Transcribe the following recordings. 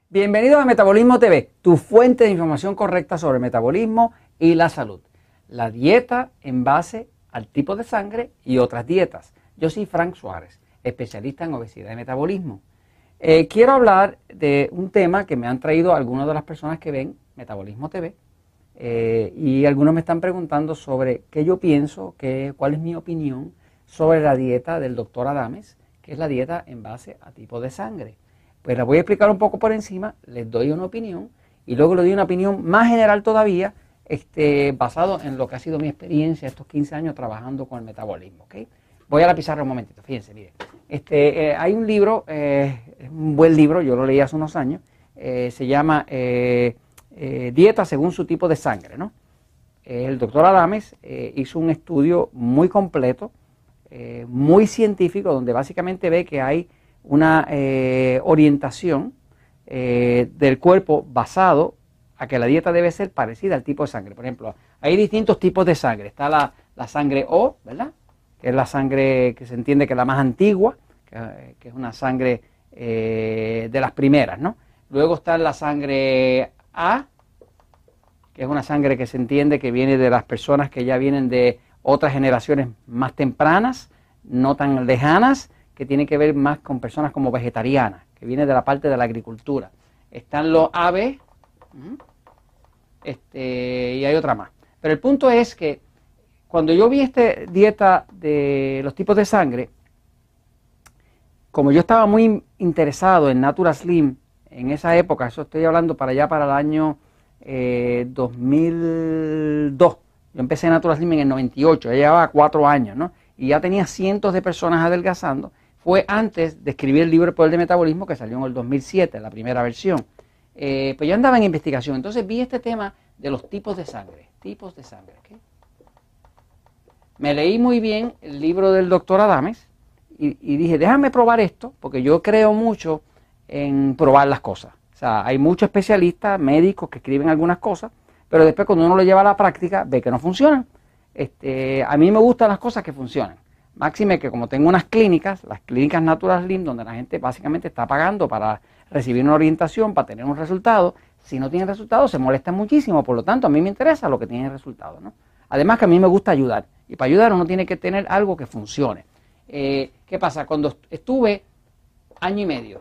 Bienvenidos a Metabolismo TV, tu fuente de información correcta sobre el metabolismo y la salud. La dieta en base al tipo de sangre y otras dietas. Yo soy Frank Suárez, especialista en obesidad y metabolismo. Quiero hablar de un tema que me han traído algunas de las personas que ven Metabolismo TV. Y algunos me están preguntando sobre qué yo pienso, cuál es mi opinión sobre la dieta del doctor Adames, que es la dieta en base a tipo de sangre. Pues la voy a explicar un poco por encima, les doy una opinión y luego les doy una opinión más general todavía, basado en lo que ha sido mi experiencia estos 15 años trabajando con el metabolismo. ¿Okay? Voy a la pizarra un momentito, fíjense, miren. Hay un libro, es un buen libro, yo lo leí hace unos años, se llama Dieta según su tipo de sangre, ¿no? El doctor Adames hizo un estudio muy completo, muy científico, donde básicamente ve que hay una orientación del cuerpo basado a que la dieta debe ser parecida al tipo de sangre. Por ejemplo, hay distintos tipos de sangre. Está la sangre O, ¿verdad? Que es la sangre que se entiende que es la más antigua, que es una sangre de las primeras, ¿no? Luego está la sangre A, que es una sangre que se entiende que viene de las personas que ya vienen de otras generaciones más tempranas, no tan lejanas, que tiene que ver más con personas como vegetarianas, que viene de la parte de la agricultura. Están los AB, y hay otra más. Pero el punto es que cuando yo vi esta dieta de los tipos de sangre, como yo estaba muy interesado en Natural Slim en esa época, eso estoy hablando para allá para el año 2002, yo empecé en Natural Slim en el 98, ya llevaba 4 años, ¿no? Y ya tenía cientos de personas adelgazando. Fue antes de escribir el libro El Poder del Metabolismo, que salió en el 2007, la primera versión. Pues yo andaba en investigación, entonces vi este tema de los tipos de sangre. Tipos de sangre, ¿okay? Me leí muy bien el libro del doctor Adames y dije, déjame probar esto, porque yo creo mucho en probar las cosas. O sea, hay muchos especialistas, médicos que escriben algunas cosas, pero después cuando uno lo lleva a la práctica, ve que no funcionan. A mí me gustan las cosas que funcionan. Máxime que como tengo unas clínicas, las clínicas Natural Slim, donde la gente básicamente está pagando para recibir una orientación, para tener un resultado. Si no tienen resultado, se molestan muchísimo. Por lo tanto, a mí me interesa lo que tiene resultado, ¿no? Además que a mí me gusta ayudar. Y para ayudar uno tiene que tener algo que funcione. ¿Qué pasa? Cuando estuve año y medio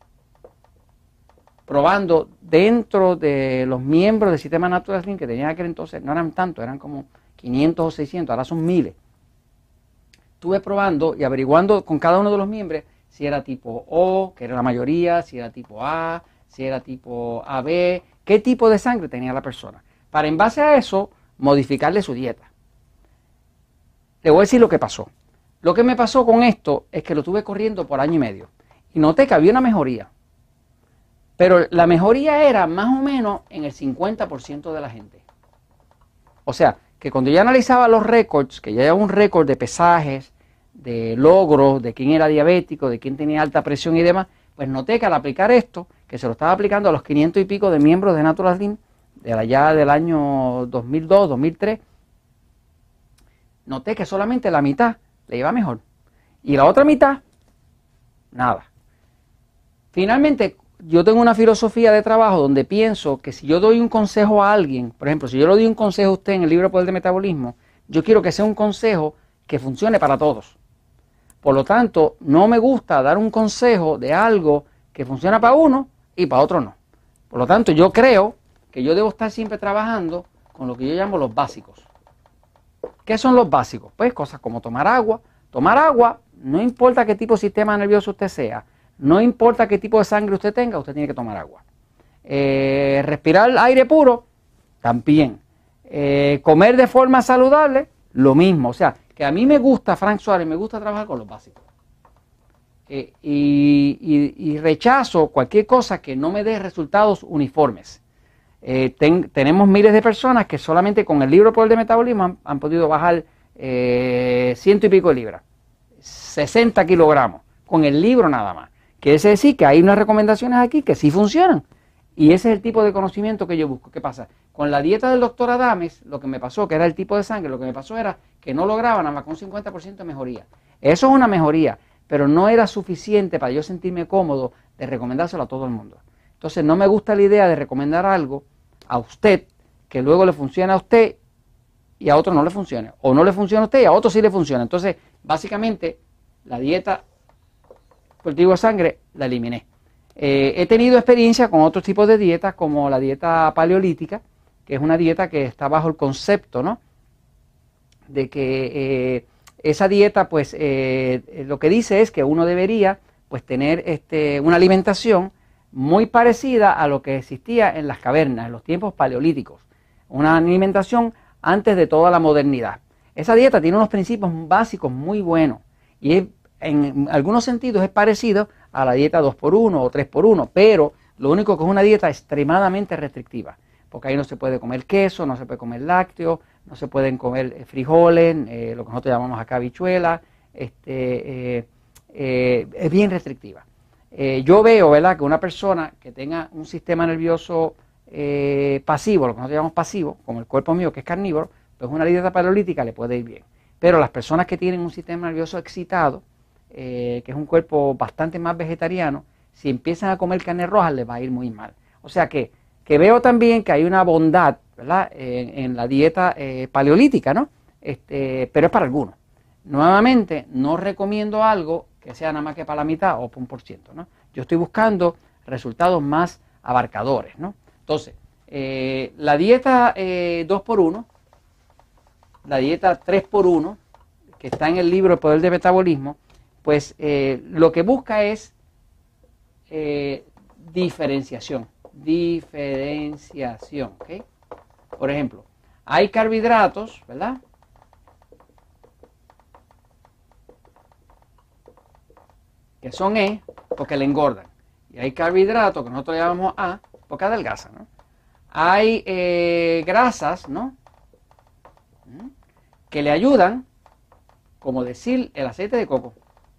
probando dentro de los miembros del sistema Natural Slim, que tenía aquel entonces, no eran tantos, eran como 500 o 600, ahora son miles. Estuve probando y averiguando con cada uno de los miembros si era tipo O, que era la mayoría, si era tipo A, si era tipo AB, qué tipo de sangre tenía la persona. Para en base a eso, modificarle su dieta. Le voy a decir lo que pasó. Lo que me pasó con esto es que lo estuve corriendo por año y medio. Y noté que había una mejoría. Pero la mejoría era más o menos en el 50% de la gente. O sea, que cuando yo analizaba los récords, que ya había un récord de pesajes, de logros, de quién era diabético, de quién tenía alta presión y demás, pues noté que al aplicar esto, que se lo estaba aplicando a los 500 y pico de miembros de Natural Slim, de allá del año 2002, 2003, noté que solamente la mitad le iba mejor. Y la otra mitad, nada. Finalmente, yo tengo una filosofía de trabajo donde pienso que si yo doy un consejo a alguien, por ejemplo, si yo le doy un consejo a usted en el libro El Poder del Metabolismo, yo quiero que sea un consejo que funcione para todos. Por lo tanto, no me gusta dar un consejo de algo que funciona para uno y para otro no. Por lo tanto, yo creo que yo debo estar siempre trabajando con lo que yo llamo los básicos. ¿Qué son los básicos? Pues cosas como tomar agua. Tomar agua, no importa qué tipo de sistema nervioso usted sea, no importa qué tipo de sangre usted tenga, usted tiene que tomar agua. Respirar aire puro, también. Comer de forma saludable, lo mismo. O sea, que a mí me gusta, Frank Suárez, me gusta trabajar con los básicos. Y rechazo cualquier cosa que no me dé resultados uniformes. Tenemos miles de personas que solamente con el libro El Poder del Metabolismo han podido bajar 100 y pico de libras, 60 kilogramos, con el libro nada más. Quiere decir que hay unas recomendaciones aquí que sí funcionan. Y ese es el tipo de conocimiento que yo busco. ¿Qué pasa? Con la dieta del doctor Adames, lo que me pasó, que era el tipo de sangre, lo que me pasó era que no lograba nada más con un 50% de mejoría. Eso es una mejoría, pero no era suficiente para yo sentirme cómodo de recomendárselo a todo el mundo. Entonces no me gusta la idea de recomendar algo a usted que luego le funcione a usted y a otro no le funcione. O no le funciona a usted y a otro sí le funciona. Entonces, básicamente, la dieta cultivo de sangre la eliminé. He tenido experiencia con otros tipos de dietas, como la dieta paleolítica, que es una dieta que está bajo el concepto, ¿no?, de que esa dieta, pues, lo que dice es que uno debería, pues, tener una alimentación muy parecida a lo que existía en las cavernas, en los tiempos paleolíticos. Una alimentación antes de toda la modernidad. Esa dieta tiene unos principios básicos muy buenos y en algunos sentidos es parecido a la dieta 2x1 o 3x1, pero lo único que es una dieta extremadamente restrictiva, porque ahí no se puede comer queso, no se puede comer lácteos, no se pueden comer frijoles, lo que nosotros llamamos acá habichuelas, es bien restrictiva. Yo veo, ¿verdad?, que una persona que tenga un sistema nervioso pasivo, lo que nosotros llamamos pasivo, como el cuerpo mío que es carnívoro, pues una dieta paleolítica le puede ir bien. Pero las personas que tienen un sistema nervioso excitado, que es un cuerpo bastante más vegetariano, si empiezan a comer carne roja les va a ir muy mal. O sea que veo también que hay una bondad, ¿verdad?, en la dieta paleolítica, ¿no? Pero es para algunos. Nuevamente, no recomiendo algo que sea nada más que para la mitad o por 1%, ¿no? Yo estoy buscando resultados más abarcadores, ¿no? Entonces, la dieta 2x1, la dieta 3x1, que está en el libro El Poder del Metabolismo, pues lo que busca es diferenciación, ¿ok? Por ejemplo, hay carbohidratos, ¿verdad?, que son E porque le engordan, y hay carbohidratos que nosotros llamamos A porque adelgazan, ¿no? Hay grasas, ¿no?, que le ayudan, como decir el aceite de coco.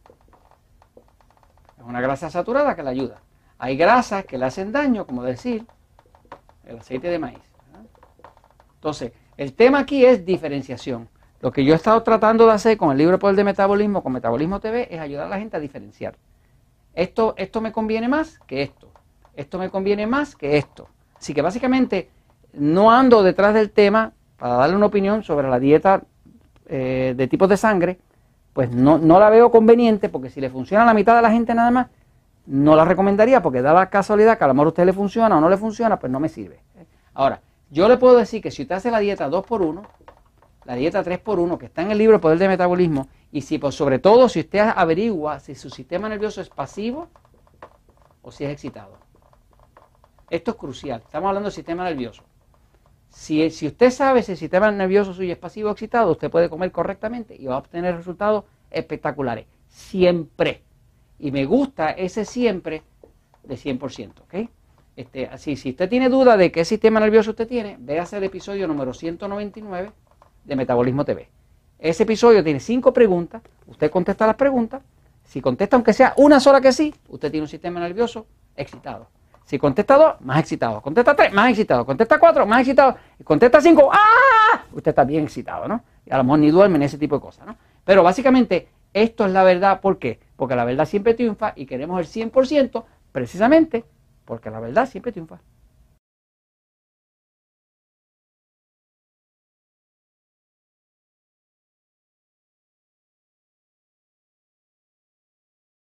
Es una grasa saturada que le ayuda. Hay grasas que le hacen daño, como decir el aceite de maíz, ¿verdad? Entonces, el tema aquí es diferenciación. Lo que yo he estado tratando de hacer con el libro Poder de Metabolismo, con Metabolismo TV, es ayudar a la gente a diferenciar. Esto me conviene más que esto. Esto me conviene más que esto. Así que básicamente no ando detrás del tema para darle una opinión sobre la dieta de tipos de sangre, pues no la veo conveniente, porque si le funciona a la mitad de la gente nada más, no la recomendaría, porque da la casualidad que a lo mejor a usted le funciona o no le funciona, pues no me sirve. Ahora, yo le puedo decir que si usted hace la dieta 2x1, la dieta 3x1, que está en el libro El Poder del Metabolismo, y si, pues, sobre todo si usted averigua si su sistema nervioso es pasivo o si es excitado. Esto es crucial, estamos hablando del sistema nervioso. Si usted sabe si el sistema nervioso suyo es pasivo o excitado, usted puede comer correctamente y va a obtener resultados espectaculares. Siempre. Y me gusta ese siempre de 100%. ¿Ok? Así, si usted tiene duda de qué sistema nervioso usted tiene, véase el episodio número 199 de Metabolismo TV. Ese episodio tiene 5 preguntas. Usted contesta las preguntas. Si contesta aunque sea una sola que sí, usted tiene un sistema nervioso excitado. Si contesta 2, más excitado. Contesta 3, más excitado. Contesta 4, más excitado. Y contesta 5, ¡ah! Usted está bien excitado, ¿no? Y a lo mejor ni duerme en ese tipo de cosas, ¿no? Pero básicamente esto es la verdad. ¿Por qué? Porque la verdad siempre triunfa y queremos el 100% precisamente porque la verdad siempre triunfa.